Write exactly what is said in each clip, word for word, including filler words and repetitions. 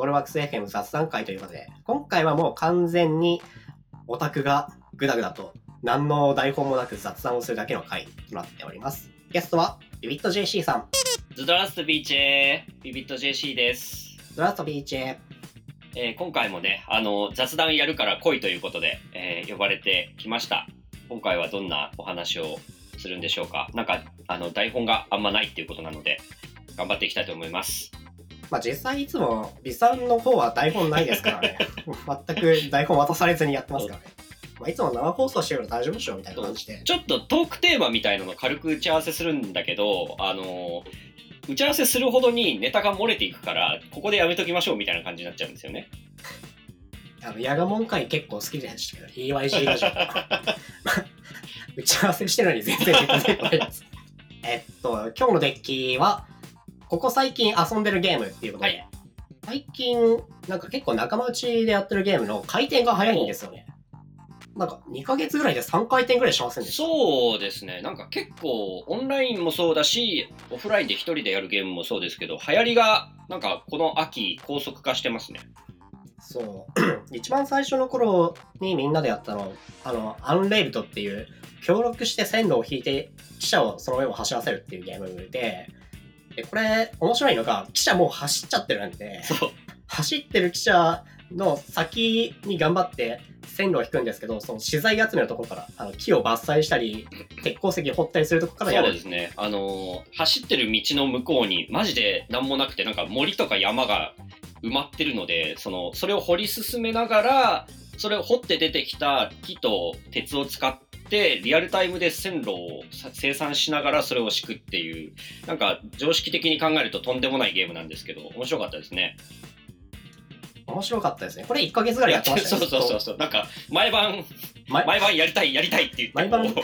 ボールワークス エフエム 雑談会ということで、今回はもう完全にオタクがグダグダと何の台本もなく雑談をするだけの回となっております。ゲストはビビット ジェーシー さん。 ズドラストビーチェー、ビビット ジェーシー です。 ズドラストビーチェー。 えー、今回もね、あの雑談やるから来いということで、えー、呼ばれてきました。今回はどんなお話をするんでしょうか。なんかあの台本があんまないっていうことなので頑張っていきたいと思います。 まあ実際いつもビさんの方は台本ないですからね全く台本渡されずにやってますからね。まあ、いつも生放送してるから大丈夫でしょみたいな感じで、 ちょっとトークテーマみたいなの軽く打ち合わせするんだけど、あの打ち合わせするほどにネタが漏れていくからここでやめときましょうみたいな感じになっちゃうんですよね。 あのヤガモン会結構好きでしたけど イーワイジー ラジオ打ち合わせしてるのに全然ネタ出てこないですえっと今日のデッキはここ最近遊んでるゲームっていうことで、はい、最近なんか結構仲間内でやってるゲームの回転が早いんですよね。なんかにかげつぐらいでさんかい転ぐらいしませんでした？ そうですね。なんか結構オンラインもそうだしオフラインで一人でやるゲームもそうですけど、流行りがなんかこの秋高速化してますね。 そう一番最初の頃にみんなでやったのあのアンレイルドっていう協力して線路を引いて汽車をその上を走らせるっていうゲームで、でこれ面白いのが汽車もう走っちゃってるんで、 そう走ってる汽車の先に頑張って線路を引くんですけど、その資材集めのところからあの木を伐採したり鉄鉱石を掘ったりするところからやる。 そうですね。あのー、走ってる道の向こうにマジで何もなくて、なんか森とか山が埋まってるので、そのそれを掘り進めながらそれを掘って出てきた木と鉄を使ってリアルタイムで線路を生産しながらそれを敷くっていう、なんか常識的に考えるととんでもないゲームなんですけど面白かったですね。 面白かったですね。これいっかげつぐらいやってましたね。 そうそうそうそう。なんか毎晩毎晩やりたいやりたいって言って毎晩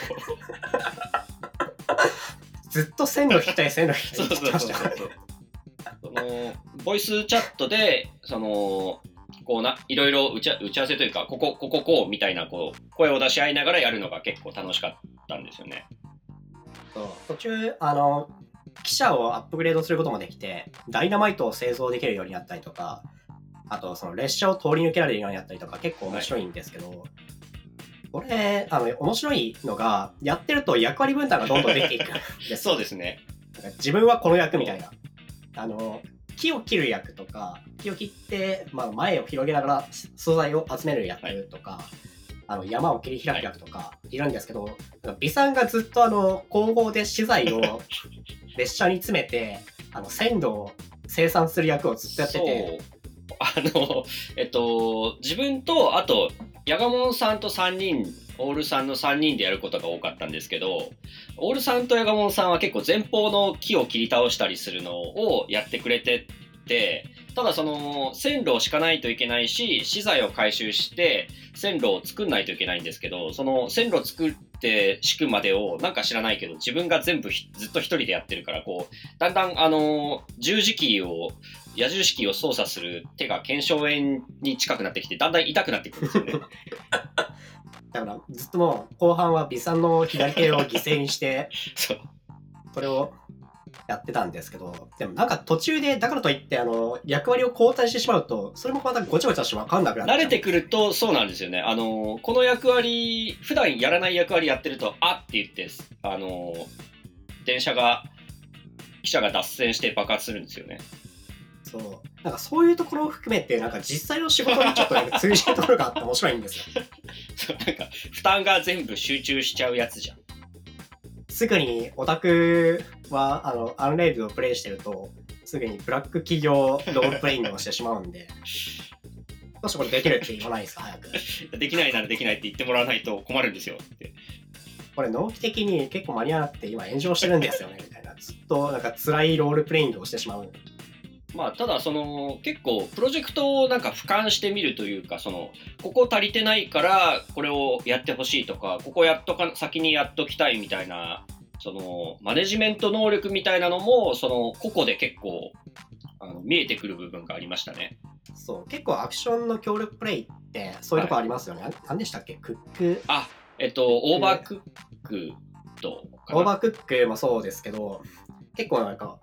ずっと線路引きたい線路引きたいって言ってましたからね。 そのボイスチャットでそのこうないろいろ打ち、打ち合わせというかこここここうみたいなこう声を出し合いながらやるのが結構楽しかったんですよね。 そう途中あの汽車をアップグレードすることもできてダイナマイトを製造できるようになったりとか、あとその列車を通り抜けられるようになったりとか結構面白いんですけど、はい、これあの面白いのがやってると役割分担がどんどん出ていくんですそうですね。 自分はこの役みたいな、あの木を切る役とか木を切って、まあ、前を広げながら素材を集める役とか、はい、あの山を切り開く役とかいるんですけど、はい、美さんがずっとあの後方で資材を列車に詰めてあの線路を生産する役をずっとやってて、 あのえっと自分とあとヤガモンさんとさんにん、オールさんのさんにんでやることが多かったんですけど、オールさんとヤガモンさんは結構前方の木を切り倒したりするのをやってくれてて、ただその線路を敷かないといけないし資材を回収して線路を作んないといけないんですけど、その線路を作って敷くまでをなんか知らないけど自分が全部ずっと一人でやってるから、こうだんだんあの十字キーを矢印キーを操作する手が腱鞘炎に近くなってきてだんだん痛くなってくるんですよねだからずっともう後半は美さんの左手を犠牲にしてそうそれをやってたんですけど、でもなんか途中でだからといってあの役割を交代してしまうとそれもまたごちゃごちゃして分かんなくなっちゃう。 慣れてくるとそうなんですよね。あのこの役割普段やらない役割やってるとあって言ってあの電車が汽車が脱線して爆発するんですよね。 そうなんかそういうところを含めてなんか実際の仕事にちょっとなんか通じるところがあって面白いんですよそうなんか負担が全部集中しちゃうやつじゃん。 すぐにオタクはあのアンレイルをプレイしてるとすぐにブラック企業ロールプレイングをしてしまうんでどうしてこれできるって言わないですか早く。 できないならできないって言ってもらわないと困るんですよって。 これ納期的に結構間に合わなくて今炎上してるんですよねみたいな、ずっとなんか辛いロールプレイングをしてしまう。 まあ、ただその結構プロジェクトをなんか俯瞰してみるというか、そのここ足りてないからこれをやってほしいとか、ここやっとか先にやっときたいみたいな、そのマネジメント能力みたいなのもその個々で結構あの見えてくる部分がありましたね。 そう結構アクションの協力プレイってそういうとこありますよね、はい、何でしたっけ、クックあえっとオーバークックとオーバークックもそうですけど、結構なんか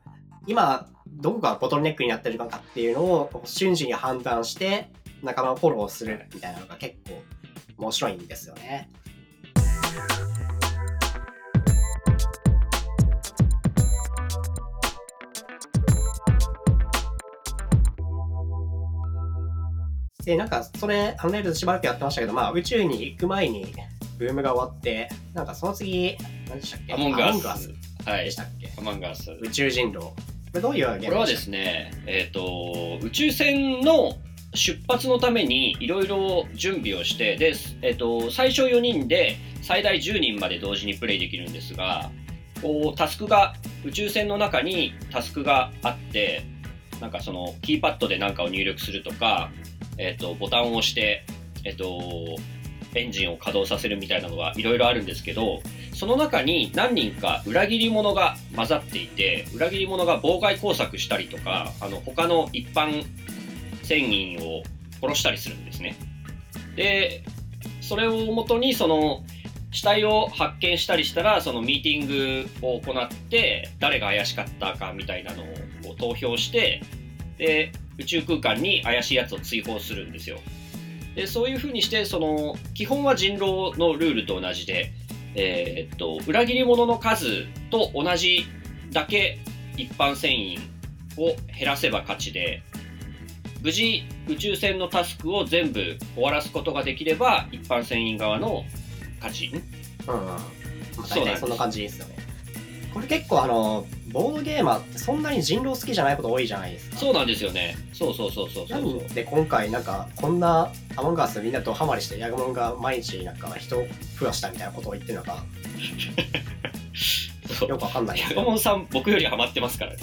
今どこがボトルネックになってるのかっていうのを瞬時に判断して仲間をフォローするみたいなのが結構面白いんですよね。で、なんかそれ、アンレールズしばらくやってましたけど、まあ宇宙に行く前にブームが終わって、なんかその次、何でしたっけ？ アモンガアモンガススはいでしたっけ？ アマンガース宇宙人狼。これどういうゲームでしたっけ？ これはですね、えー、と宇宙船の出発のためにいろいろ準備をしてで、えー、と最初よにんで最大じゅうにんまで同時にプレイできるんですが、こうタスクが宇宙船の中にタスクがあって、なんかそのキーパッドで何かを入力するとか、えー、とボタンを押して、えー、とエンジンを稼働させるみたいなのがいろいろあるんですけど、その中に何人か裏切り者が混ざっていて、裏切り者が妨害工作したりとか、あの他の一般船員を殺したりするんですね。で、それをもとにその死体を発見したりしたら、そのミーティングを行って誰が怪しかったかみたいなのを投票して、で宇宙空間に怪しいやつを追放するんですよ。でそういうふうにして、その基本は人狼のルールと同じで、えー、っと裏切り者の数と同じだけ一般船員を減らせば勝ちで、無事宇宙船のタスクを全部終わらすことができれば一般船員側の勝ち。 うんうん、まあ、大体そんな感じですよね。これ結構あのボードゲーマーってそんなに人狼好きじゃないこと多いじゃないですか。 そうなんですよね。そうそうそうそうそう。 なんで今回なんかこんなアモンガースみんなドハマりしてヤガモンが毎日なんか人を増やしたみたいなことを言ってるのかよくわかんないですヤガモンさん僕よりハマってますからね。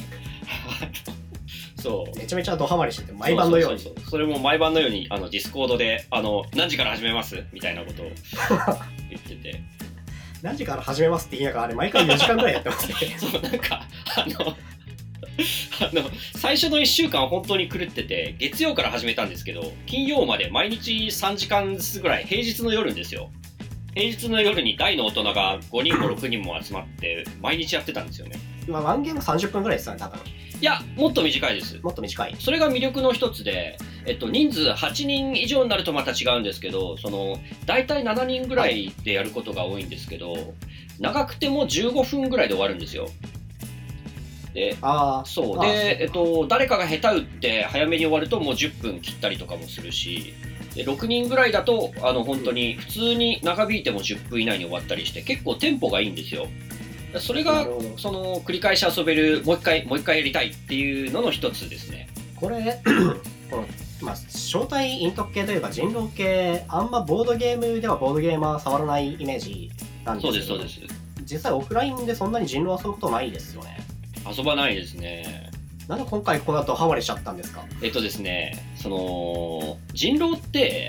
そうめちゃめちゃドハマりしてて毎晩のように。 そうそうそうそう、それも毎晩のようにあのディスコードであの何時から始めますみたいなことを言ってて何時から始めますって言いながらあれ毎回よじかんぐらいやってますね。 そうなんかあのあの最初のいっしゅうかんは本当に狂ってて、月曜から始めたんですけど金曜まで毎日さんじかんずつぐらい、平日の夜ですよ、平日の夜に大の大人がごにんもろくにんも集まって毎日やってたんですよね。 今ワンゲームさんじゅっぷんぐらいですよね多分。 いやもっと短いです。 もっと短い。 それが魅力の一つで、えっと、人数はちにん以上になるとまた違うんですけど、その大体しちにんぐらいでやることが多いんですけど、はい、長くてもじゅうごふんぐらいで終わるんですよ。で、 あそうで、えっと、誰かが下手打って早めに終わるともうじゅっぷん切ったりとかもするし、でろくにんぐらいだとあの本当に普通に長引いてもじゅっぷん以内に終わったりして結構テンポがいいんですよ。それがその繰り返し遊べる、もう一回もう一回やりたいっていうのの一つですね。 これこの、まあ、招待陰徳系というか人狼系、あんまボードゲームではボードゲーマー触らないイメージなんですけど、 そうですそうです。 実際オフラインでそんなに人狼遊ぶことないですよね。 遊ばないですね。 なんで今回この後ハマりしちゃったんですか？ えっとですね、その人狼って、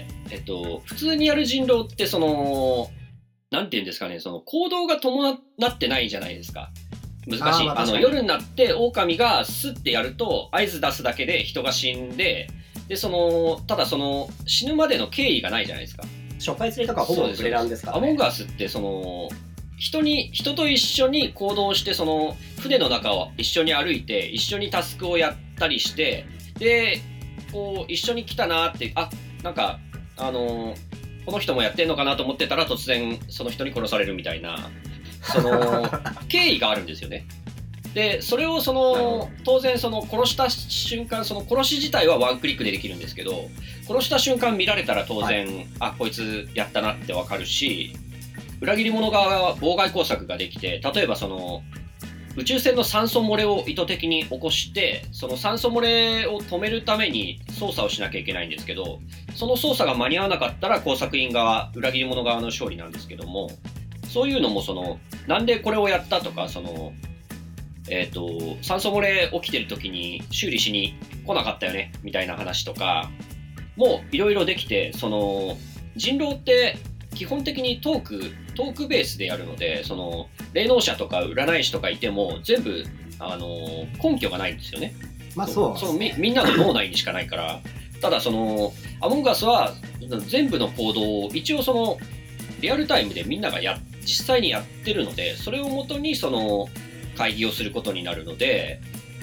えっと、普通にやる人狼ってそのなんていうんですかね、その行動が伴ってないじゃないですか。難しい。あ、まあ、あの夜になって狼がスッてやると合図出すだけで人が死んで、でそのただその死ぬまでの経緯がないじゃないですか。 初回釣りとかほぼプレランですから、ね、 アモンガースってその人に人と一緒に行動して、その船の中を一緒に歩いて一緒にタスクをやったりして、でこう一緒に来たなって、あなんかあのこの人もやってんのかなと思ってたら突然その人に殺されるみたいな、その経緯があるんですよね。でそれをその当然その殺した瞬間、その殺し自体はワンクリックでできるんですけど、殺した瞬間見られたら当然、はい、あこいつやったなってわかるし、裏切り者側は妨害工作ができて、例えばその宇宙船の酸素漏れを意図的に起こして、その酸素漏れを止めるために操作をしなきゃいけないんですけど、その操作が間に合わなかったら工作員側、裏切り者側の勝利なんですけども、そういうのもそのなんでこれをやったとか、そのえーと、酸素漏れ起きてる時に修理しに来なかったよねみたいな話とかもいろいろできて、その人狼って基本的にトークトークベースでやるので、その霊能者とか占い師とかいても全部あの根拠がないんですよね。 まあそうそのみみんなの脳内にしかないから。ただそのアモンガスは全部の行動を一応そのリアルタイムでみんながや実際にやってるので、それをもとにその会議をすることになるので、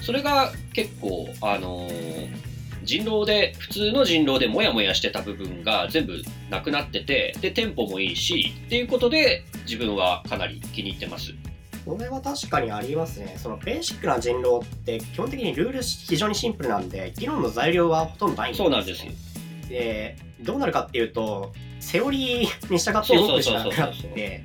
それが結構あのー人狼で普通の人狼でモヤモヤしてた部分が全部なくなってて、でテンポもいいしっていうことで自分はかなり気に入ってます。 これは確かにありますね。そのベーシックな人狼って基本的にルール非常にシンプルなんで議論の材料はほとんどないんですよ。 そうなんですよ。 でどうなるかっていうとセオリーに従って動くしかなくなって、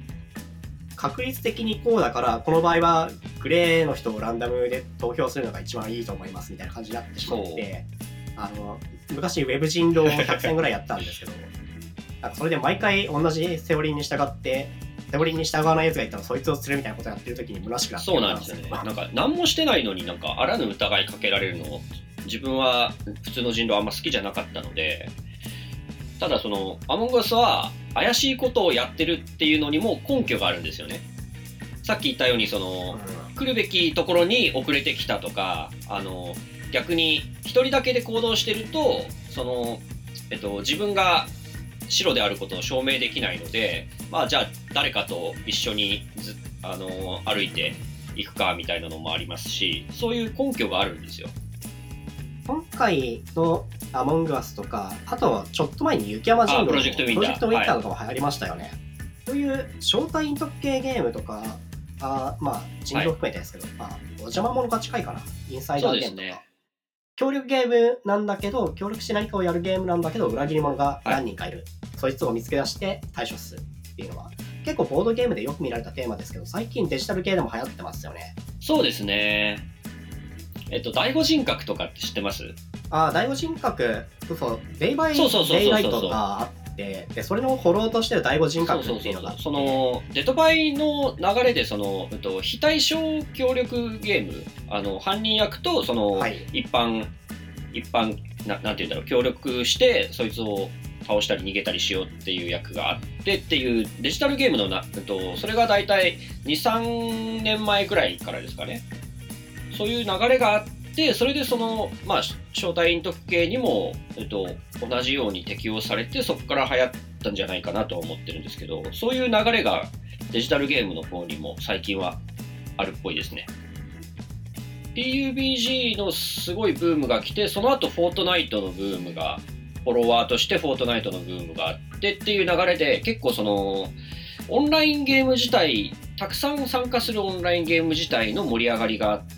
確率的にこうだからこの場合はグレーの人をランダムで投票するのが一番いいと思いますみたいな感じになってしまって、あの昔ウェブ人狼をひゃくせんぐらいやったんですけどなんかそれで毎回同じセオリーに従ってセオリーに従わないやつがいたらそいつを釣るみたいなことをやってる時に虚しくなってそうなんですよね。なんか何もしてないのになんかあらぬ疑いかけられるの自分は普通の人狼あんま好きじゃなかったので、ただそのアモンガスは怪しいことをやってるっていうのにも根拠があるんですよね。さっき言ったようにその、うん、来るべきところに遅れてきたとか、あの逆に一人だけで行動してるとその、えっと、自分が白であることを証明できないので、まあじゃあ誰かと一緒にずあの歩いていくかみたいなのもありますし、そういう根拠があるんですよ。 今回のアモングアスとか、あとちょっと前に雪山人狼のプロジェクトウィンターとかも流行りましたよね。はい、そういう招待員特系ゲームとか、あまあ人狼含めてですけど、はい、まあお邪魔者が近いかな、インサイダーゲームとか、ね、協力ゲームなんだけど、協力して何かをやるゲームなんだけど裏切り者が何人かいる、はい、そいつを見つけ出して対処するっていうのは結構ボードゲームでよく見られたテーマですけど、最近デジタル系でも流行ってますよね。 そうですね。えっと第五人格とかって知ってます？ ああ、第五人格、そうそうデイバイデイライトがあって、でそれのフォローとしてる第五人格っていうのがあって、 そのデトバイの流れでその、えっと、非対称協力ゲーム、あの犯人役とその、はい、一般一般ななんていうんだろう、協力してそいつを倒したり逃げたりしようっていう役があってっていうデジタルゲームのな、えっと、それがだいたいにさんねんまえくらいからですかね。そういう流れがあって、それでその、まあ、招待員特系にも、えっと、同じように適用されて、そこから流行ったんじゃないかなとは思ってるんですけど、そういう流れがデジタルゲームの方にも最近はあるっぽいですね。ピーユービージー のすごいブームが来て、その後フォートナイトのブームが、フォロワーとしてフォートナイトのブームがあってっていう流れで、結構その、オンラインゲーム自体、たくさん参加するオンラインゲーム自体の盛り上がりがあって、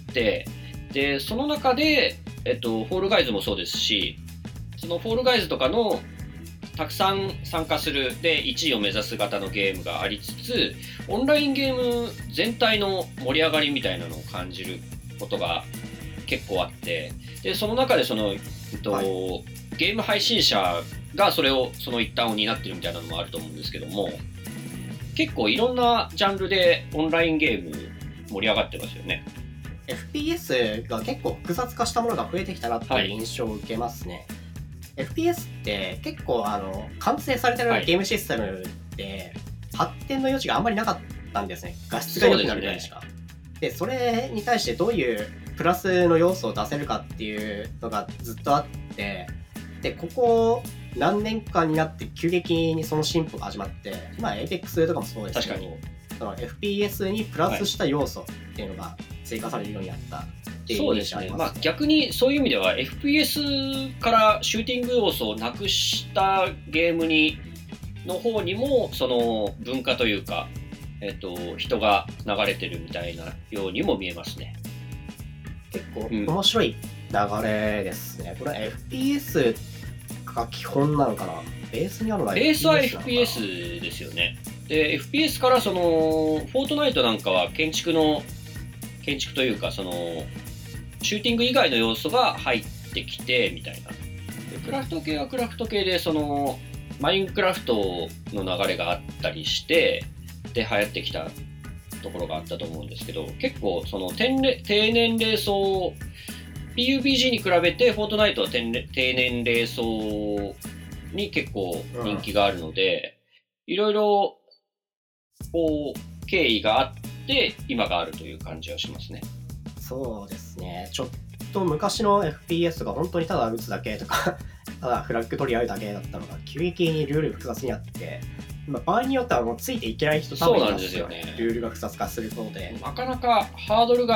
でその中で、えっと、フォールガイズもそうですし、そのフォールガイズとかのたくさん参加するでいちいを目指す型のゲームがありつつ、オンラインゲーム全体の盛り上がりみたいなのを感じることが結構あって、でその中でその、えっとはい、ゲーム配信者がそれをその一端を担ってるみたいなのもあると思うんですけども、結構いろんなジャンルでオンラインゲーム盛り上がってますよね。 エフピーエス が結構複雑化したものが増えてきたなっていう印象を受けますね。はい、エフピーエス って結構あの完成されてるゲームシステムって発展の余地があんまりなかったんですね。画質が良くなるぐらいしか。で、それに対してどういうプラスの要素を出せるかっていうのがずっとあって、でここ何年間になって急激にその進歩が始まって、今 エーペックス とかもそうですけど、その エフピーエス にプラスした要素っていうのが追加されるようになったっていう印象ありますね。そうですね。まあ逆にそういう意味では エフピーエス からシューティング要素をなくしたゲームにの方にもその文化というか、えっと、人が流れてるみたいなようにも見えますね。 結構面白い流れですね。これ エフピーエス が基本なのかな。ベースにあるのは エフピーエス なのかな。 ベースは エフピーエス ですよね。で エフピーエス からそのフォートナイトなんかは建築の建築というかそのシューティング以外の要素が入ってきてみたいな。でクラフト系はクラフト系でそのマインクラフトの流れがあったりしてで流行ってきたところがあったと思うんですけど、結構その低年齢層 ピーユービージー に比べてフォートナイトは低年齢層に結構人気があるので、いろいろこう経緯があって今があるという感じはしますね。 そうですね。ちょっと昔の エフピーエス が本当にただ打つだけとかただフラッグ取り合うだけだったのが急激にルール複雑になって、まあ、場合によってはもうついていけない人多分いますよね。ルールが複雑化するのでなかなかハードルが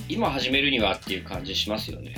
今始めるにはっていう感じしますよね。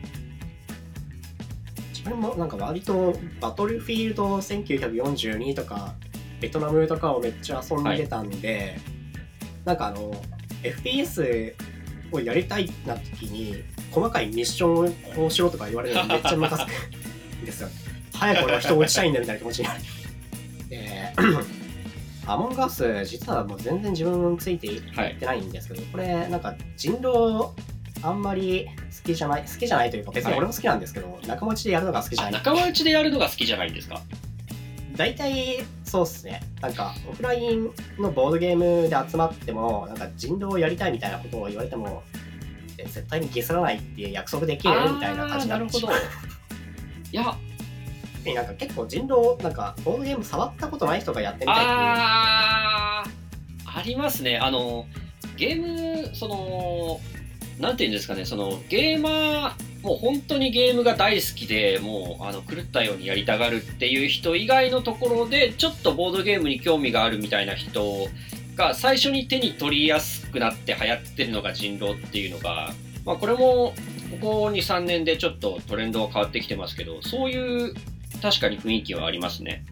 自分もなんか割とバトルフィールドせんきゅうひゃくよんじゅうにとかベトナムとかをめっちゃ遊んでたんで、はい、なんかあの エフピーエス をやりたいな時に細かいミッションをこうしろとか言われるのめっちゃムカつくんですよ。早く俺は人を撃ちたいんだみたいな気持ちになる。でアモンガス実はもう全然自分ついていってないんですけど、はい、これなんか人狼あんまり好きじゃない好きじゃないというか別に俺も好きなんですけど、はい、仲間内でやるのが好きじゃない。 仲間内でやるのが好きじゃないんですか？ 大体そうっすね。なんかオフラインのボードゲームで集まってもなんか人狼をやりたいみたいなことを言われても絶対にゲスらないって約束できるみたいな感じになるほど。いやなんか結構人狼なんかボードゲーム触ったことない人がやってみたいっていう。 あーありますね。あのゲームそのなんていうんですかね、そのゲーマーもう本当にゲームが大好きでもうあの狂ったようにやりたがるっていう人以外のところでちょっとボードゲームに興味があるみたいな人が最初に手に取りやすくなって流行ってるのが人狼っていうのが、まあ、これもここ に,さん 年でちょっとトレンドは変わってきてますけど、そういう確かに雰囲気はありますね。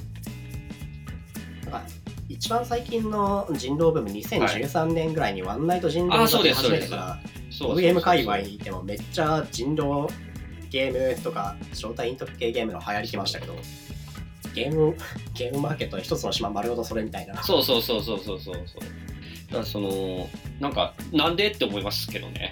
なんか一番最近の人狼ブームにせんじゅうさんねんぐらいにワンナイト人狼が出始めてからボードゲーム界隈でもめっちゃ人狼ゲームとか招待イント系ゲームの流行りきましたけど、ゲームゲームマーケットの一つの島丸ごとそれみたいな。 そうそうそうそうそうそうそう。だからそのなんかなんでって思いますけどね。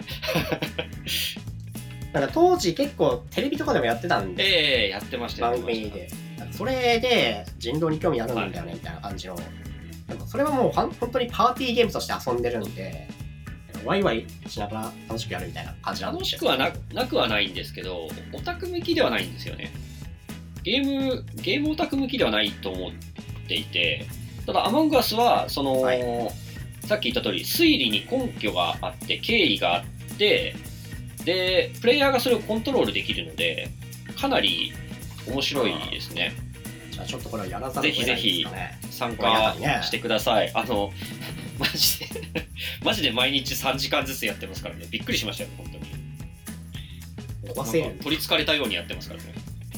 なんか当時結構テレビとかでもやってたんで、 ええー、やってました番組で。それで人狼に興味あるんだよね、はい、みたいな感じの。でもそれはもう本当にパーティーゲームとして遊んでるんで、ワイワイしながら楽しくやるみたいな感じなんですよ。 楽しくは な, なくはないんですけど、オタク向きではないんですよね。ゲームゲームオタク向きではないと思っていて、ただアモンガスはその、はい、さっき言った通り推理に根拠があって経緯があってでプレイヤーがそれをコントロールできるのでかなり面白いですね。 じゃあちょっとこれはやらざるを得ないですかね。ぜひぜひ参加してください。あのマジでマジで毎日さんじかんずつやってますからね。びっくりしましたよ本当に。なんか取りつかれたようにやってますからね。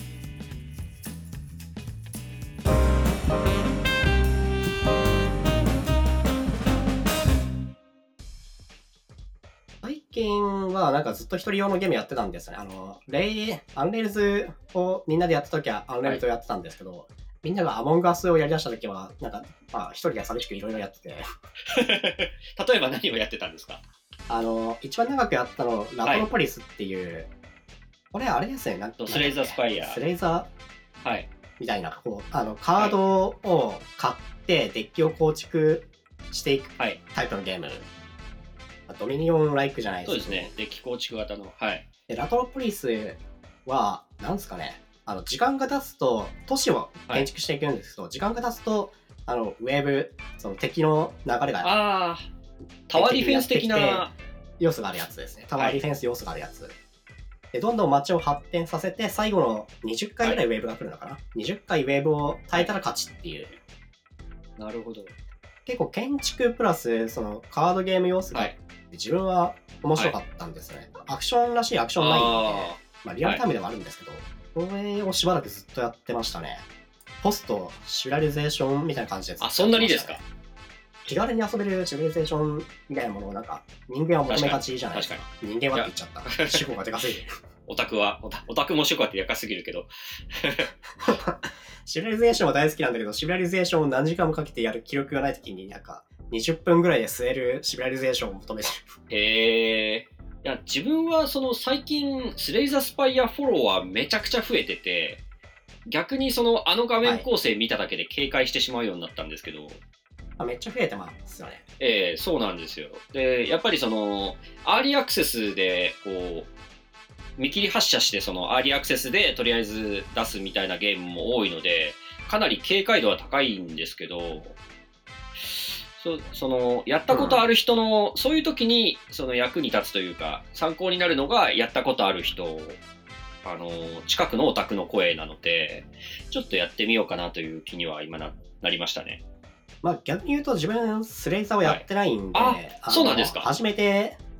最近はなんかずっと一人用のゲームやってたんですね。あのレイアンレールズをみんなでやった時はアンレールズをやってたんですけど、はい、みんながアモンガスをやりだした時はなんかまあ一人が寂しくいろいろやってて例えば何をやってたんですか？ あの一番長くやったのラトロポリスっていう、はい、これあれですね、なんスレイザースパイアスレイザー、はい、 みたいなこうあのカードを買ってデッキを構築していくタイプのゲーム、はい、ドミニオンライクじゃないですか。 そうですね、デッキ構築型の。はい。 でラトロポリスはなんですかね、あの時間が経つと都市を建築していくんですけど、はい、時間が経つとあのウェーブその敵の流れがああタワーディフェンス的な要素があるやつですね。タワーディフェンス要素があるやつ、はい、でどんどん街を発展させて最後のにじゅっかいぐらいウェーブが来るのかな、はい、にじゅっかいウェーブを耐えたら勝ちっていう、 なるほど。結構建築プラスそのカードゲーム要素が、はい、自分は面白かったんですね、はい、アクションらしいアクションないので、まあ、リアルタイムではあるんですけど、はい、これをしばらくずっとやってましたね。ポストシュラリゼーションみたいな感じで、ね、 あ、そんなにですか？ 気軽に遊べるシュラリゼーションみたいなものをなんか人間は求めがちじゃないですか。人間はって言っちゃった主語がでかすぎるオタクはオタ、オタクも主語はでかすぎるけどシュラリゼーションは大好きなんだけど、シュラリゼーションを何時間もかけてやる記録がないときになんかにじゅっぷんぐらいで吸えるシュラリゼーションを求めてる。へえ。いや自分はその最近スレイザースパイアフォロワーめちゃくちゃ増えてて、逆にそのあの画面構成見ただけで警戒してしまうようになったんですけど、はい、 あめっちゃ増えてますよね。 ええ、そうなんですよ。でやっぱりそのアーリーアクセスでこう見切り発車してそのアーリーアクセスでとりあえず出すみたいなゲームも多いのでかなり警戒度は高いんですけど、そ, そのやったことある人の、うん、そういう時にその役に立つというか参考になるのがやったことある人、あの近くのオタクの声なのでちょっとやってみようかなという気には今 な, なりましたね。 まあ逆に言うと自分スレイザーをやってないんで、 はい、あ、そうなんですか。 初めて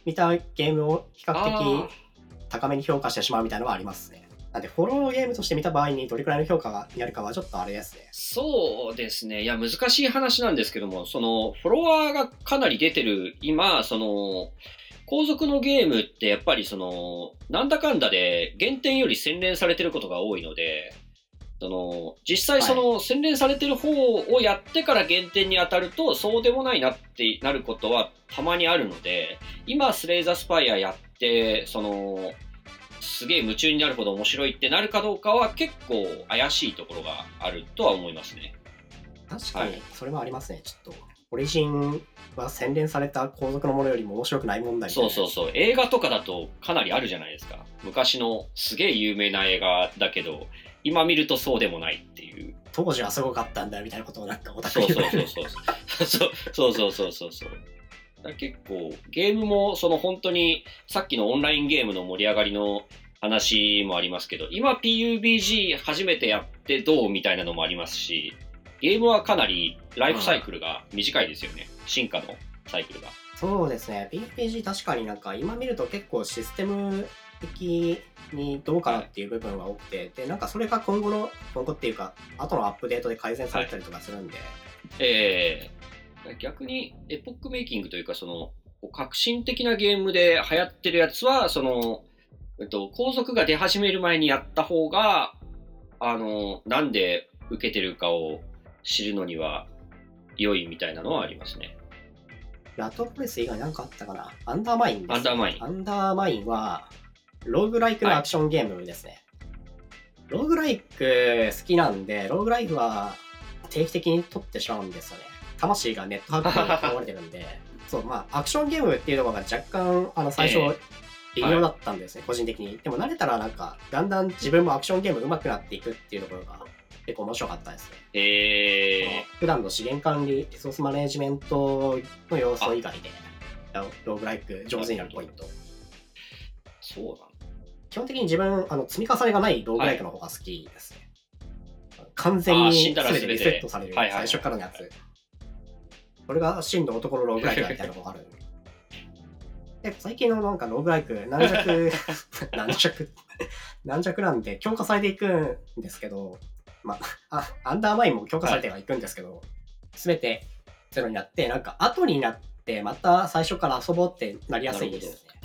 見たゲームを比較あ的高めに評価してしまうみたいなのはありますね。なんでフォローゲームとして見た場合にどれくらいの評価がになるかはちょっとあれですね。 そうですね。いや、難しい話なんですけども、その、フォロワーがかなり出てる今、その、後続のゲームってやっぱりその、なんだかんだで原点より洗練されてることが多いので、その、実際その洗練されてる方をやってから原点に当たると、そうでもないなってなることはたまにあるので、今スレイザースパイアやって、その、すげえ夢中になるほど面白いってなるかどうかは結構怪しいところがあるとは思いますね。 確かにそれもありますね。ちょっとオリジンは洗練された後続のものよりも面白くない問題みたいな。 そうそうそう。映画とかだとかなりあるじゃないですか。昔のすげえ有名な映画だけど、今見るとそうでもないっていう。 当時はすごかったんだみたいなことをなんかオタクそうにそうそうそう。そうそうそうそうそう。だから結構ゲームもその本当にさっきのオンラインゲームの盛り上がりの話もありますけど、今 ピーユービージー 初めてやってどうみたいなのもありますし、ゲームはかなりライフサイクルが短いですよね。進化のサイクルが。 そうですね。ピーユービージー 確かになんか今見ると結構システム的にどうかなっていう部分が多くて、で、なんかそれが今後の、今後っていうか、後のアップデートで改善されたりとかするんで。 えー、逆にエポックメイキングというか、その、革新的なゲームで流行ってるやつは、その、えっと、後続が出始める前にやった方が、あの、なんで受けてるかを知るのには良いみたいなのはありますね。 ラトプレス以外なんかあったかな。アンダーマインです、ね。 アンダーマイン。 アンダーマインは、ローグライクのアクションゲームですね。はい、ローグライク好きなんで、ローグライクは定期的に取ってしまうんですよね。魂がネットハックに含まれてるんで、そう、まあ、アクションゲームっていうところが若干、あの、最初、微妙だったんですね、はい、個人的に。でも慣れたらなんか、だんだん自分もアクションゲーム上手くなっていくっていうところが結構面白かったですね。 へー。普段の資源管理、リソースマネジメントの要素以外で、ローグライク上手になるポイント。 そうなんだ。 基本的に自分、あの積み重ねがないローグライクの方が好きですね。はい、完全に全てリセットされる、最初からのやつ。これが真の男のローグライクだみたいなのがある。で最近のなんかローグライク、軟弱、軟弱、軟弱なんで強化されていくんですけど、まあ、アンダーマインも強化されてはいくんですけど、すべ、はい、てゼロになって、なんか後になってまた最初から遊ぼうってなりやすいですね。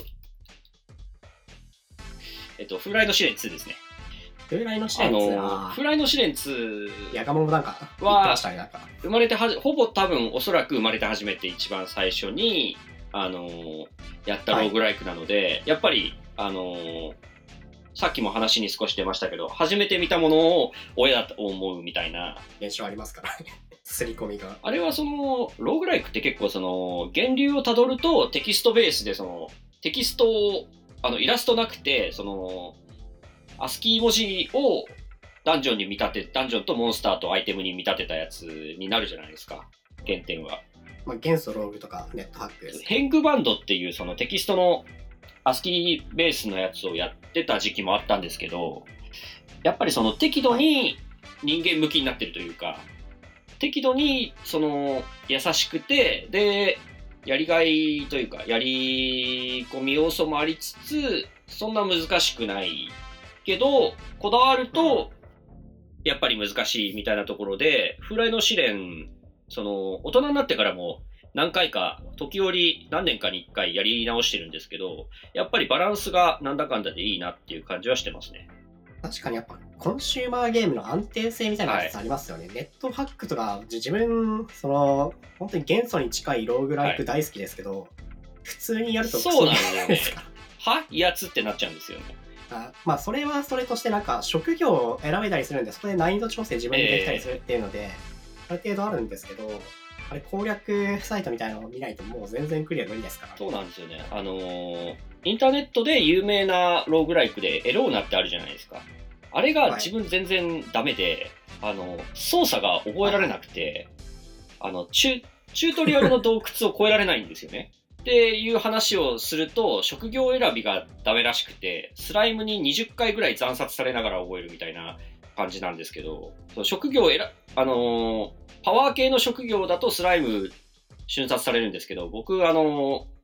えっと、風来の試練ツーですね。 風来の試練ツー、 あのー、風来の試練ツーやがももなんか言ってましたね、なんか。 生まれてはじ、ほぼ多分おそらく生まれて初めて一番最初に、あのー、やったローグライクなので、はい、やっぱり、あのー、さっきも話に少し出ましたけど、初めて見たものを親だと思うみたいな。 現象ありますからね。刷り込みが。 あれはその、ローグライクって結構その、源流をたどるとテキストベースでその、テキストを、あの、イラストなくて、その、アスキー文字をダンジョンに見立て、ダンジョンとモンスターとアイテムに見立てたやつになるじゃないですか、原点は。 まあ、元素ローグとかネットハックです、ね。 ヘングバンドっていうそのテキストのアスキーベースのやつをやってた時期もあったんですけど、やっぱりその適度に人間向きになってるというか、適度にその優しくて、で、やりがいというか、やり込み要素もありつつ、そんな難しくないけど、こだわると、やっぱり難しいみたいなところで、風来の試練、その、大人になってからも何回か、時折何年かにいっかいやり直してるんですけど、やっぱりバランスがなんだかんだでいいなっていう感じはしてますね。 確かにやっぱコンシューマーゲームの安定性みたいなやつありますよね。はい、ネットハックとか、自分、その、本当に元素に近いローグライク大好きですけど、はい、普通にやるとクソそうなんですよね。は威圧ってなっちゃうんですよね。 あまあ、それはそれとして、なんか、職業を選べたりするんで、そこで難易度調整自分でできたりするっていうので、えー、ある程度あるんですけど、あれ攻略サイトみたいなのを見ないともう全然クリア無理ですから、ね。 そうなんですよね。あのー、インターネットで有名なローグライクでエローナってあるじゃないですか。あれが自分全然ダメで、はい、あの、操作が覚えられなくて、はい、あの、チュ、チュートリアルの洞窟を越えられないんですよね。っていう話をすると、職業選びがダメらしくて、スライムににじゅっかいぐらい惨殺されながら覚えるみたいな感じなんですけど、職業を選、あのー、パワー系の職業だとスライム瞬殺されるんですけど、僕、あのー、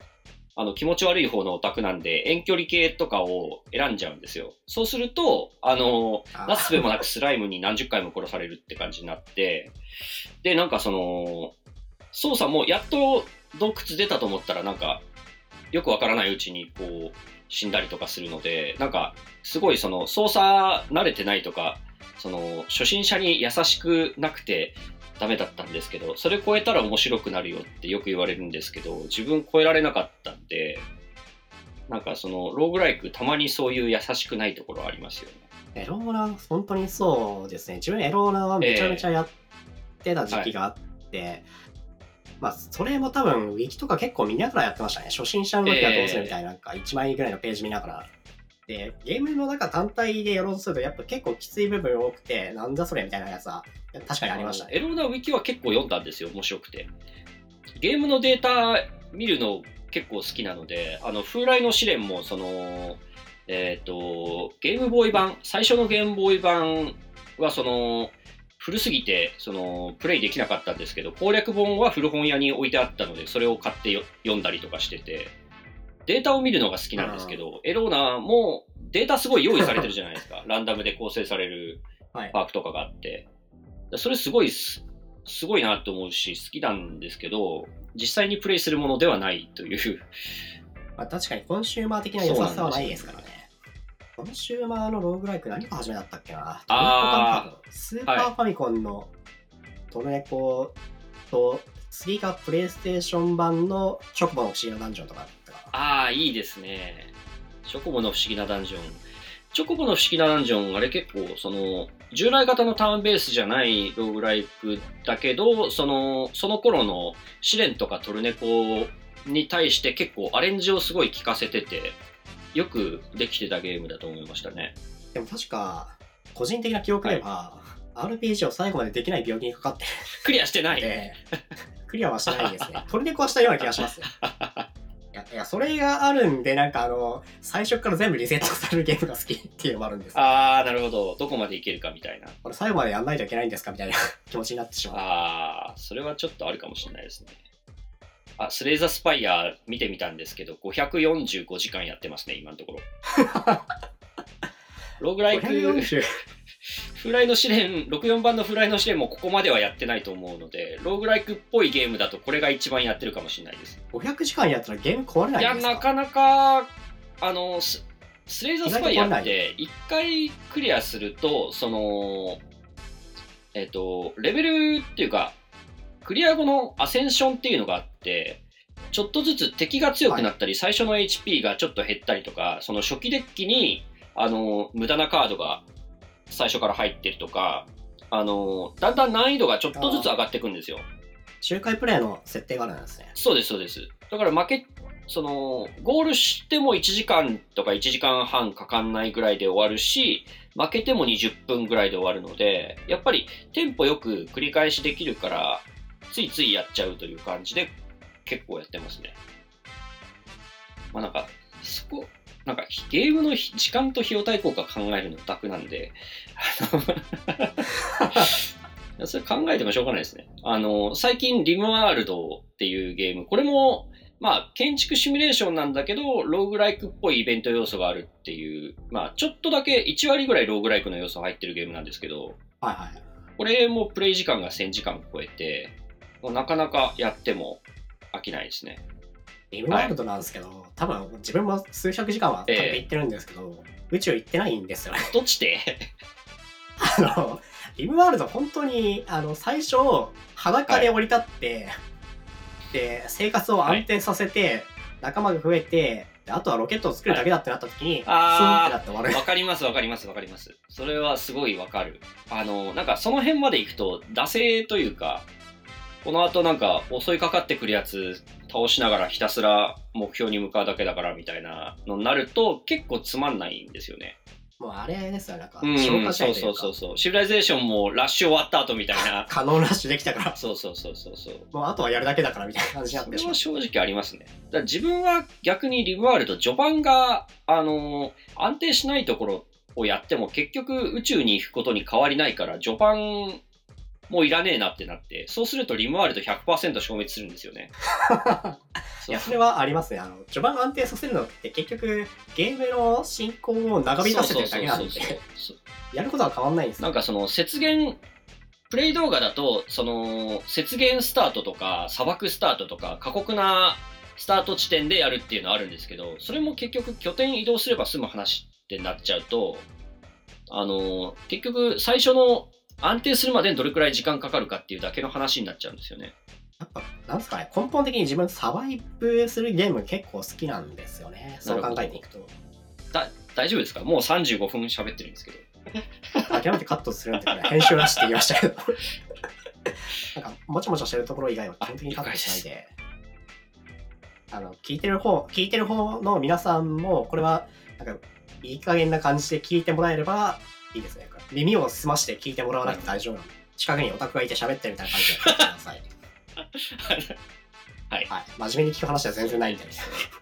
あの気持ち悪い方のオタクなんで遠距離系とかを選んじゃうんですよ。そうすると、あの、なすすべもなくスライムに何十回も殺されるって感じになって、で、なんかその、操作もやっと洞窟出たと思ったらなんか、よくわからないうちにこう、死んだりとかするので、なんか、すごいその操作慣れてないとか、その初心者に優しくなくてダメだったんですけど、それ超えたら面白くなるよってよく言われるんですけど、自分超えられなかったんで、なんかそのローグライクたまにそういう優しくないところありますよね。 エローナ、本当にそうですね。自分エローナはめちゃめちゃやってた時期があって、えーはい、まあ、それも多分、ウィキとか結構見ながらやってましたね。初心者の時はどうするみたいな、なんかいちまいぐらいのページ見ながら。で、ゲームの中単体でやろうとすると、やっぱ結構きつい部分多くて、なんだそれみたいなやつは、確かにありましたね。 エローナウィキは結構読んだんですよ、面白くて。ゲームのデータ見るの結構好きなので、あの、風来の試練も、その、えっと、ゲームボーイ版、最初のゲームボーイ版は、その、古すぎてそのプレイできなかったんですけど、攻略本は古本屋に置いてあったので、それを買ってよ読んだりとかしてて、データを見るのが好きなんですけど、エローナもデータすごい用意されてるじゃないですか。ランダムで構成されるパークとかがあって、はい、それすごいす、すごいなと思うし、好きなんですけど、実際にプレイするものではないという。 まあ、確かにコンシューマー的な良ささはないですからね。コンシューマーのローグライク何が初めだったっけな。あスーパーファミコンのトルネコと、次がプレイステーション版のチョコボの不思議なダンジョンとかだったかな。 ああ、いいですね。チョコボの不思議なダンジョン。チョコボの不思議なダンジョン、あれ結構、その、従来型のターンベースじゃないローグライクだけど、その、その頃の試練とかトルネコに対して結構アレンジをすごい効かせてて、よくできてたゲームだと思いましたね。 でも確か、個人的な記憶では、はい、アールピージー を最後までできない病気にかかってクリアしてないクリアはしてないですね。トルネコはしたような気がします。いや、いやそれがあるんで、なんかあの、最初から全部リセットされるゲームが好きっていうのもあるんです。 あー、なるほど。どこまでいけるかみたいな。 これ最後までやんないといけないんですかみたいな気持ちになってしまう。 あー、それはちょっとあるかもしれないですね。あ、スレイザースパイア見てみたんですけど、ごひゃくよんじゅうごじかんやってますね、今のところ。ローグライク、フライの試練、ろくじゅうよんばんのフライの試練もここまではやってないと思うので、ローグライクっぽいゲームだとこれが一番やってるかもしれないです。 ごひゃくじかんやったらゲーム壊れないんですか？ いや、なかなか、あの、ス, スレイザースパイアっていっかいクリアすると、その、えっと、レベルっていうか、クリア後のアセンションっていうのがあって、ちょっとずつ敵が強くなったり、はい、最初の エイチピー がちょっと減ったりとか、その初期デッキに、あの、無駄なカードが最初から入ってるとか、あの、だんだん難易度がちょっとずつ上がっていくんですよ。 周回プレイの設定があるんですね。 そうです、そうです。だから負け、その、ゴールしてもいちじかんとかいちじかんはんかかんないぐらいで終わるし、負けてもにじゅっぷんぐらいで終わるので、やっぱりテンポよく繰り返しできるから、ついついやっちゃうという感じで結構やってますね。まあなんか、そこ、なんかゲームの時間と費用対効果考えるのオタクなんで、それ考えてもしょうがないですね。あの、最近リムワールドっていうゲーム、これも、まあ建築シミュレーションなんだけど、ローグライクっぽいイベント要素があるっていう、まあちょっとだけいちわりぐらいローグライクの要素入ってるゲームなんですけど、 はいはい。 これもプレイ時間がせんじかん超えて、なかなかやっても飽きないですね。 リムワールドなんですけど、はい、多分自分も数百時間は多分行ってるんですけど、えー、宇宙行ってないんですよね。 どっちであの、リムワールド本当に、あの、最初、裸で降り立って、はい、で、生活を安定させて、はい、仲間が増えて、あとはロケットを作るだけだってなった時に、 はい、 スンってなって終わる。 わかりますわかりますわかります。それはすごいわかる。あの、なんかその辺まで行くと、惰性というか、この後なんか襲いかかってくるやつ倒しながらひたすら目標に向かうだけだからみたいなのになると結構つまんないんですよね。 もうあれですよ、なんか消化しないというか、そうそうそうそう。シビライゼーションもラッシュ終わった後みたいな。 カノンラッシュできたから。 そうそうそうそうそう。 もうあとはやるだけだからみたいな感じになってしまう。それは正直ありますね。だから自分は逆にリブワールド序盤があのー、安定しないところをやっても結局宇宙に行くことに変わりないから序盤もういらねえなってなって、そうするとリムワールド ひゃくパーセント 消滅するんですよね。 いや、それはありますね。あの序盤安定させるのって結局ゲームの進行を長引かせてるだけなんで、やることは変わんないんですよ。 なんかその雪原プレイ動画だとその雪原スタートとか砂漠スタートとか過酷なスタート地点でやるっていうのはあるんですけど、それも結局拠点移動すれば済む話ってなっちゃうと、あの結局最初の安定するまでにどれくらい時間かかるかっていうだけの話になっちゃうんですよね。 やっぱなんですかね、根本的に自分サバイブするゲーム結構好きなんですよね。そう考えていくと。 だ大丈夫ですか？もうさんじゅうごふん喋ってるんですけど。 諦めてカットするんで、ね、編集なしって言いましたけどなんかもちもちしてるところ以外は基本的にカットしないで、あの聞いてる方聞いてる方の皆さんもこれはなんかいい加減な感じで聞いてもらえればいいですね。耳を澄まして聞いてもらわなくて大丈夫なので、近くにオタクがいて喋ってるみたいな感じで聞いてくださいはい、 はい、真面目に聞く話は全然ないんで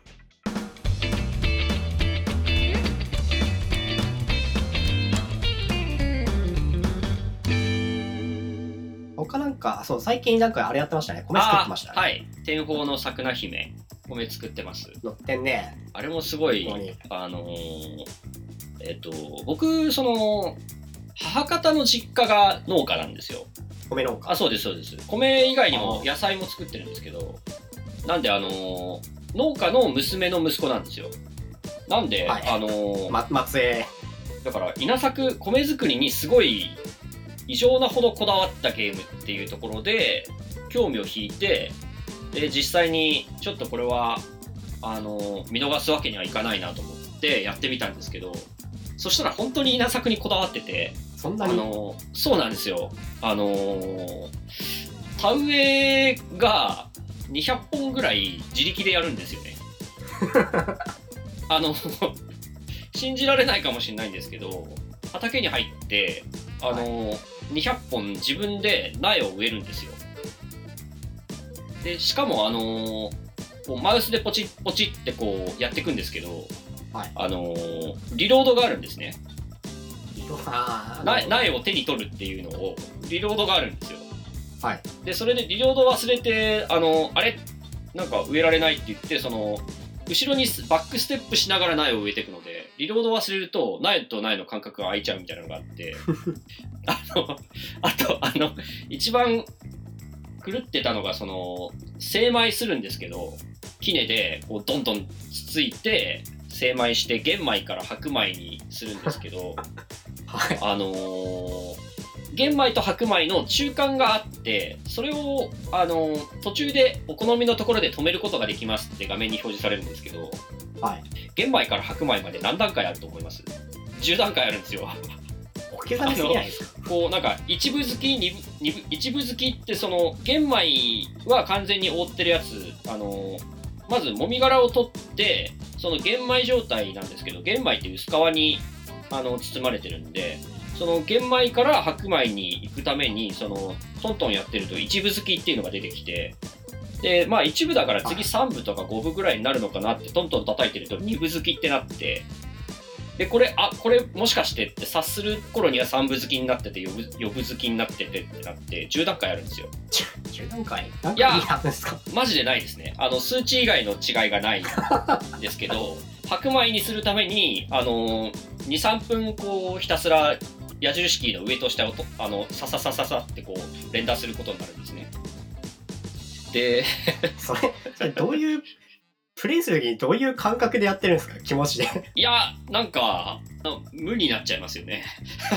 他なんか、そう、最近なんかあれやってましたね。米作ってましたね。 はい。天保の桜姫、米作ってます。 乗ってんね。 あれもすごい、あのー、えっと、僕、その、母方の実家が農家なんですよ。 米農家。 あ、そうです、そうです。米以外にも野菜も作ってるんですけど、なんで、あのー、農家の娘の息子なんですよ。なんで、はい、あのー、 ま、末裔。 だから、稲作、米作りにすごい、異常なほどこだわったゲームっていうところで興味を引いて、で実際にちょっとこれはあの見逃すわけにはいかないなと思ってやってみたんですけど、そしたら本当に稲作にこだわってて、 そんなに？ あのそうなんですよ。あの田植えがにひゃっぽんぐらい自力でやるんですよねあの信じられないかもしれないんですけど、畑に入ってあの、はい、にひゃっぽん自分で苗を植えるんですよ。でしかもあのこうマウスでポチッポチッってこうやっていくんですけど、はい、あのリロードがあるんですね。苗を手に取るっていうのをリロードがあるんですよ。はい、でそれでリロード忘れてあのあれなんか植えられないって言ってその後ろにバックステップしながら苗を植えていくので、リロード忘れると苗と苗の間隔が空いちゃうみたいなのがあってあのあとあの一番狂ってたのがその精米するんですけど、杵でこうどんどんつついて精米して玄米から白米にするんですけど、はい、あのー、玄米と白米の中間があって、それを、あのー、途中でお好みのところで止めることができますって画面に表示されるんですけど、はい、玄米から白米まで何段階あると思います？じゅうだんかいあるんですよ。 小刻みすぎないですか？ こうなんか一部好き二部、二部一部好きってその玄米は完全に覆ってるやつ、あのー、まずもみ殻を取ってその玄米状態なんですけど、玄米って薄皮にあの包まれてるんで、その玄米から白米に行くためにそのトントンやってると一部好きっていうのが出てきて、でまあ一部だから次さんぶとかごぶぐらいになるのかなってトントン叩いてるとにぶ好きってなって、でこれあこれもしかしてって察する頃にはさんぶ好きになっててよぶ好きになっててってなってじゅうだんかいあるんですよ。 じゅうだんかい？なんかいやですか？ マジでないですね。あの数値以外の違いがないんですけど白米にするためにあの にさんぷんこうひたすら矢印キーの上と下をとあのサササササってこう連打することになるんですね。でそれそれどういうプレイする時にどういう感覚でやってるんですか？気持ちで。 いやなんか無になっちゃいますよね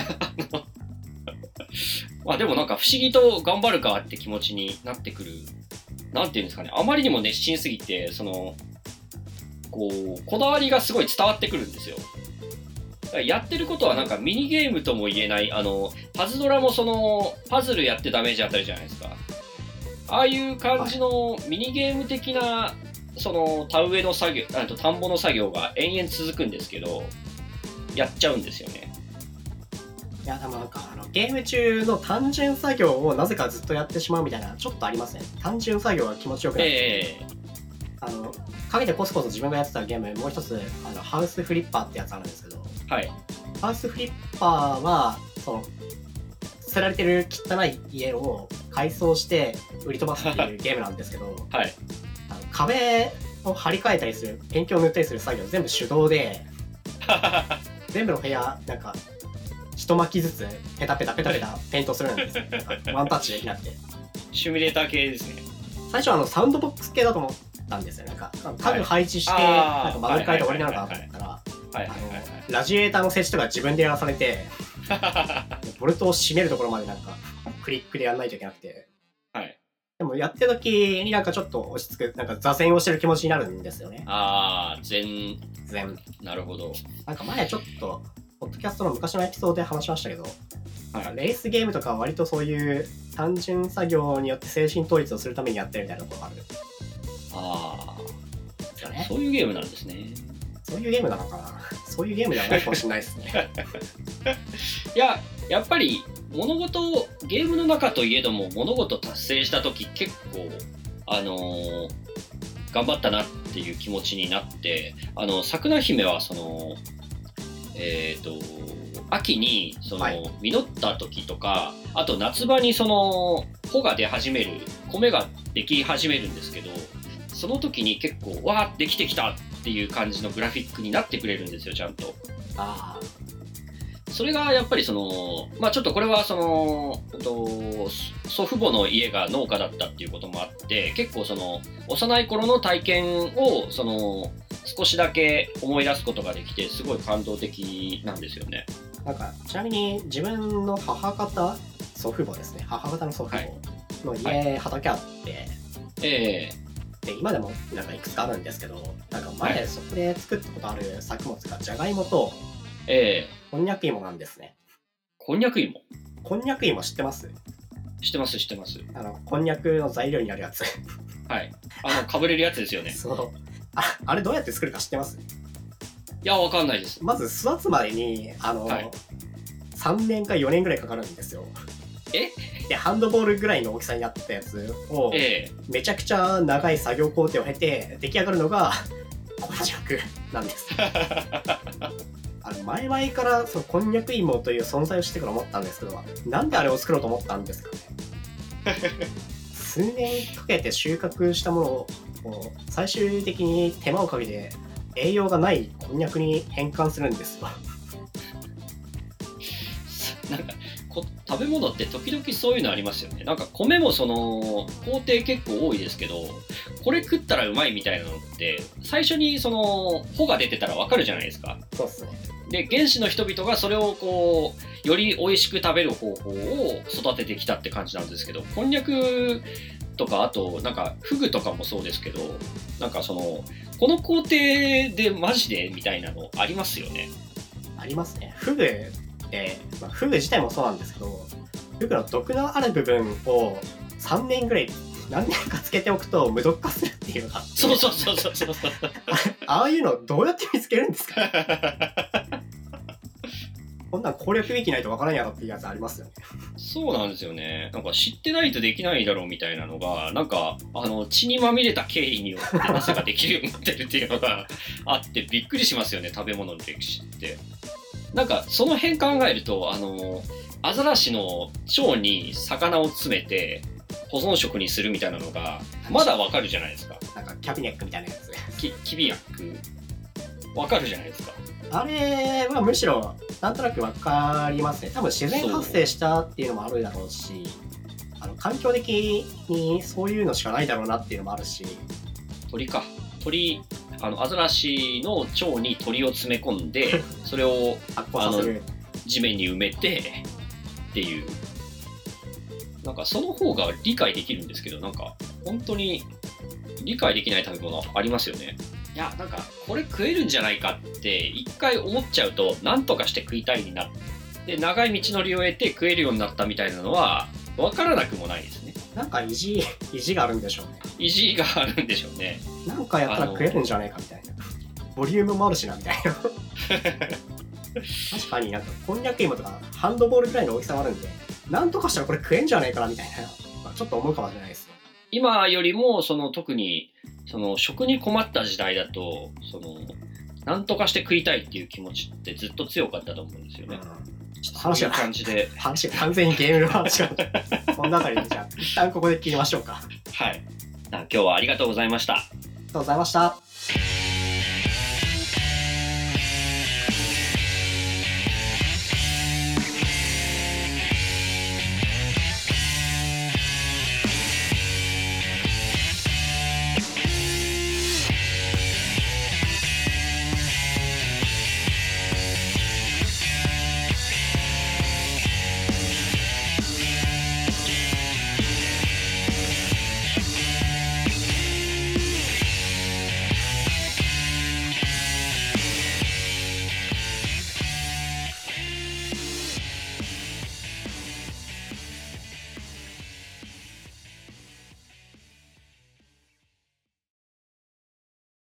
まあでもなんか不思議と頑張るかって気持ちになってくる。なんていうんですかね、あまりにも熱心すぎてそのこうこだわりがすごい伝わってくるんですよ。やってることはなんかミニゲームとも言えない、あのパズドラもそのパズルやってダメージ当たるじゃないですか。ああいう感じのミニゲーム的なその田植えの作業、あと田んぼの作業が延々続くんですけど、やっちゃうんですよね。 いやでもなんかあのゲーム中の単純作業をなぜかずっとやってしまうみたいなちょっとありますね。単純作業が気持ちよくなって、えー、あの陰でコスコス自分がやってたゲームもう一つあのハウスフリッパーってやつあるんですけど、はい、ハウスフリッパーはその捨てられてる汚い家を改装して売り飛ばすっていうゲームなんですけど、 はい、 あの壁を張り替えたりする、ペンキを塗ったりする作業全部手動で全部の部屋なんか一巻きずつペタペタペタペタペイントするんですよ。なんかワンタッチできなくて。 シミュレーター系ですね。 最初はあのサウンドボックス系だと思ったんですよ。なんか家具配置して、 はい、 なんか曲がり替えて終わりなのかなと思ったら、ラジエーターの設置とか自分でやらされてボルトを締めるところまでなんかクリックでやらないといけなくて、 はい、 でもやってる時になんかちょっと落ち着く、なんか座禅をしてる気持ちになるんですよね。 ああ、禅。 禅。 なるほど。 なんか前ちょっとポッドキャストの昔のエピソードで話しましたけど、はい、レースゲームとかは割とそういう単純作業によって精神統一をするためにやってるみたいなところがある。 ああ、 ですよね。 そういうゲームなんですね。 そういうゲームなのかな。そういうゲームではないかもしれないですね。 いや、やっぱり物事をゲームの中といえども物事達成した時結構あのー、頑張ったなっていう気持ちになって、あの桜姫はそのえっ、ー、と秋にその、はい、実った時とか、あと夏場にその穂が出始める、米ができ始めるんですけど、その時に結構わーってできてきたっていう感じのグラフィックになってくれるんですよ、ちゃんと。 あそれがやっぱりその、まあちょっとこれはそのと祖父母の家が農家だったっていうこともあって、結構その幼い頃の体験をその少しだけ思い出すことができて、すごい感動的なんですよね。 なんかちなみに自分の母方、祖父母ですね、母方の祖父母の家、はい、畑あって、 えー、で今でもなんかいくつかあるんですけど、なんか前そこで作ったことある作物がじゃがいもと、 えー、こんにゃく芋なんですね。 こんにゃく芋？ こんにゃく芋知ってます？ 知ってます知ってます。 あのこんにゃくの材料になるやつ。 はい。あのかぶれるやつですよね。 そう。あ、あれどうやって作るか知ってます？ いや、わかんないです。 まず育つまでにあの、はい、さんねんかよねんぐらいかかるんですよ。 え？ でハンドボールぐらいの大きさになったやつを、 ええ、 めちゃくちゃ長い作業工程を経て出来上がるのがこんにゃくなんです。あの前々からそのこんにゃく芋という存在を知ってから思ったんですけど、なんであれを作ろうと思ったんですかね。数年かけて収穫したものを最終的に手間をかけて栄養がないこんにゃくに変換するんですよ。 なんかこ食べ物って時々そういうのありますよね。なんか米もその工程結構多いですけど、これ食ったらうまいみたいなのって最初にその穂が出てたらわかるじゃないですか。 そうですね。 で原始の人々がそれをこうより美味しく食べる方法を育ててきたって感じなんですけど、こんにゃくとかあとなんかフグとかもそうですけど、なんかそのこの工程でマジでみたいなのありますよね。 ありますね。フグで、まあ、フグ自体もそうなんですけど、フグの毒のある部分をさんねんぐらい何年かつけておくと無毒化するっていうのがあって、 そうそうそうそうそうそうああいうのどうやって見つけるんですか？こんなん攻略ウィキないとわからんやろっていうやつありますよね。 そうなんですよね。なんか知ってないとできないだろうみたいなのが、なんかあの血にまみれた経緯によってなぜかできるようになってるっていうのがあってびっくりしますよね、食べ物の歴史って。なんかその辺考えると、あのアザラシの腸に魚を詰めて保存食にするみたいなのがまだわかるじゃないですか。 なんかキャビネックみたいなやつ。 キ, キビアックわかるじゃないですか。 あれはむしろなんとなくわかりますね。多分自然発生したっていうのもあるだろうし、あの環境的にそういうのしかないだろうなっていうのもあるし。 鳥か。鳥、あのアザラシの腸に鳥を詰め込んでそれを発酵させる、 地面に埋めてっていう、なんかその方が理解できるんですけど、なんか本当に理解できない食べ物ありますよね。いや、なんかこれ食えるんじゃないかって一回思っちゃうと、なんとかして食いたいになって長い道のりを得て食えるようになったみたいなのは分からなくもないですね。 なんか意地意地があるんでしょうね。 意地があるんでしょうね。 なんかやったら食えるんじゃないかみたいな、ボリュームもあるしなみたいな。確かになんかこんにゃく芋とかハンドボールぐらいの大きさもあるんで、なんとかしたらこれ食えんじゃないかなみたいな、まあ、ちょっと思うかもしれないですね。 今よりもその特にその食に困った時代だと、そのなんとかして食いたいっていう気持ちってずっと強かったと思うんですよね。 ちょっと話がそういう感じで話が完全にゲームの話がこんなあたりでじゃあ一旦ここで切りましょうか。 はい。今日はありがとうございました。 ありがとうございました。